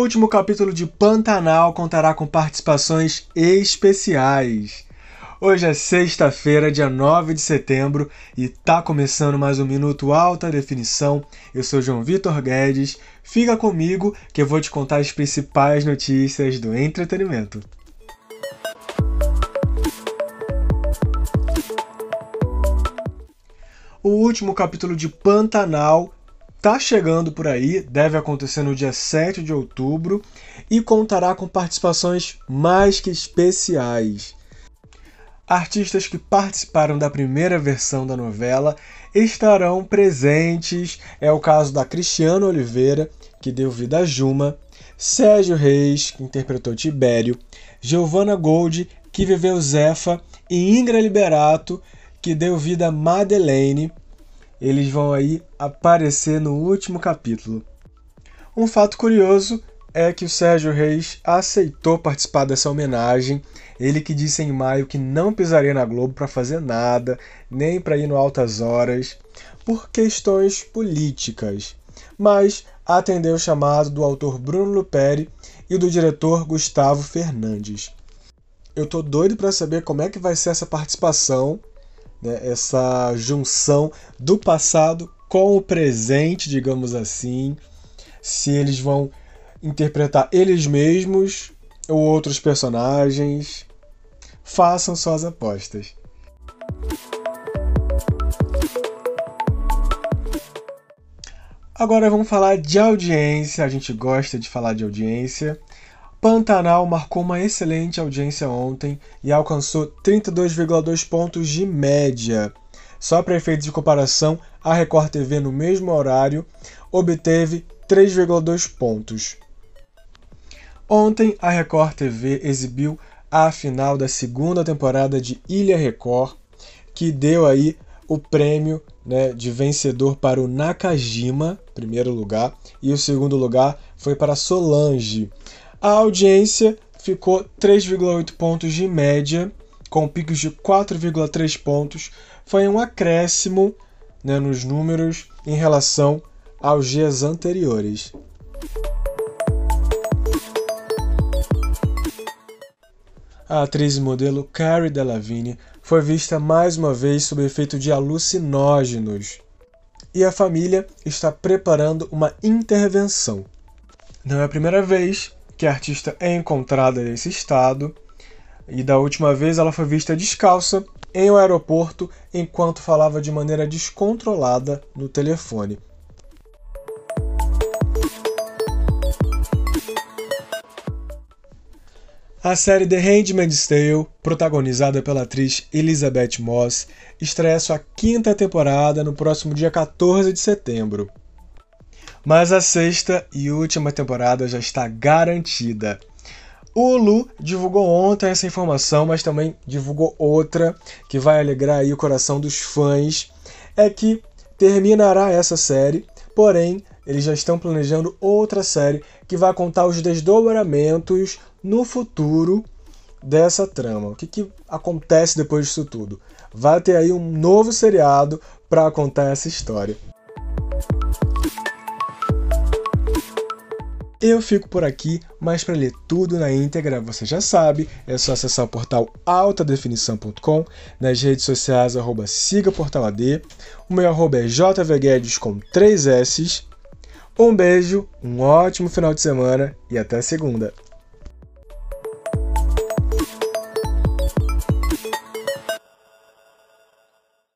último capítulo de Pantanal contará com participações especiais. Hoje é sexta-feira, dia 9 de setembro, e tá começando mais um Minuto Alta Definição. Eu sou João Vitor Guedes. Fica comigo que eu vou te contar as principais notícias do entretenimento. O último capítulo de Pantanal tá chegando por aí, deve acontecer no dia 7 de outubro e contará com participações mais que especiais. Artistas que participaram da primeira versão da novela estarão presentes. É o caso da Cristiana Oliveira, que deu vida a Juma, Sérgio Reis, que interpretou Tibério, Giovanna Gold, que viveu Zefa, e Ingra Liberato, que deu vida a Madeleine. Eles vão aí aparecer no último capítulo. Um fato curioso é que o Sérgio Reis aceitou participar dessa homenagem. Ele que disse em maio que não pisaria na Globo para fazer nada, nem para ir no Altas Horas, por questões políticas. Mas atendeu o chamado do autor Bruno Luperi e do diretor Gustavo Fernandes. Eu tô doido para saber como é que vai ser essa participação, né, essa junção do passado com o presente, digamos assim. Se eles vão interpretar eles mesmos ou outros personagens. Façam suas apostas. Agora vamos falar de audiência. A gente gosta de falar de audiência. Pantanal marcou uma excelente audiência ontem e alcançou 32,2 pontos de média. Só para efeitos de comparação, a Record TV no mesmo horário obteve 3,2 pontos. Ontem, a Record TV exibiu a final da segunda temporada de Ilha Record, que deu aí o prêmio, né, de vencedor para o Nakajima, primeiro lugar, e o segundo lugar foi para Solange. A audiência ficou 3,8 pontos de média, com picos de 4,3 pontos. Foi um acréscimo, né, nos números em relação aos dias anteriores. A atriz e modelo Cara Delevingne foi vista mais uma vez sob efeito de alucinógenos. E a família está preparando uma intervenção. Não é a primeira vez que a artista é encontrada nesse estado, e da última vez ela foi vista descalça em um aeroporto enquanto falava de maneira descontrolada no telefone. A série The Handmaid's Tale, protagonizada pela atriz Elizabeth Moss, estreia sua quinta temporada no próximo dia 14 de setembro. Mas a sexta e última temporada já está garantida. O Hulu divulgou ontem essa informação, mas também divulgou outra que vai alegrar aí o coração dos fãs. É que terminará essa série, porém eles já estão planejando outra série que vai contar os desdobramentos no futuro dessa trama. O que acontece depois disso tudo? Vai ter aí um novo seriado para contar essa história. Eu fico por aqui, mas para ler tudo na íntegra, você já sabe, é só acessar o portal altadefinição.com, nas redes sociais, @sigaportalad, o meu @ é jvguedes com 3 S's. Um beijo, um ótimo final de semana e até segunda.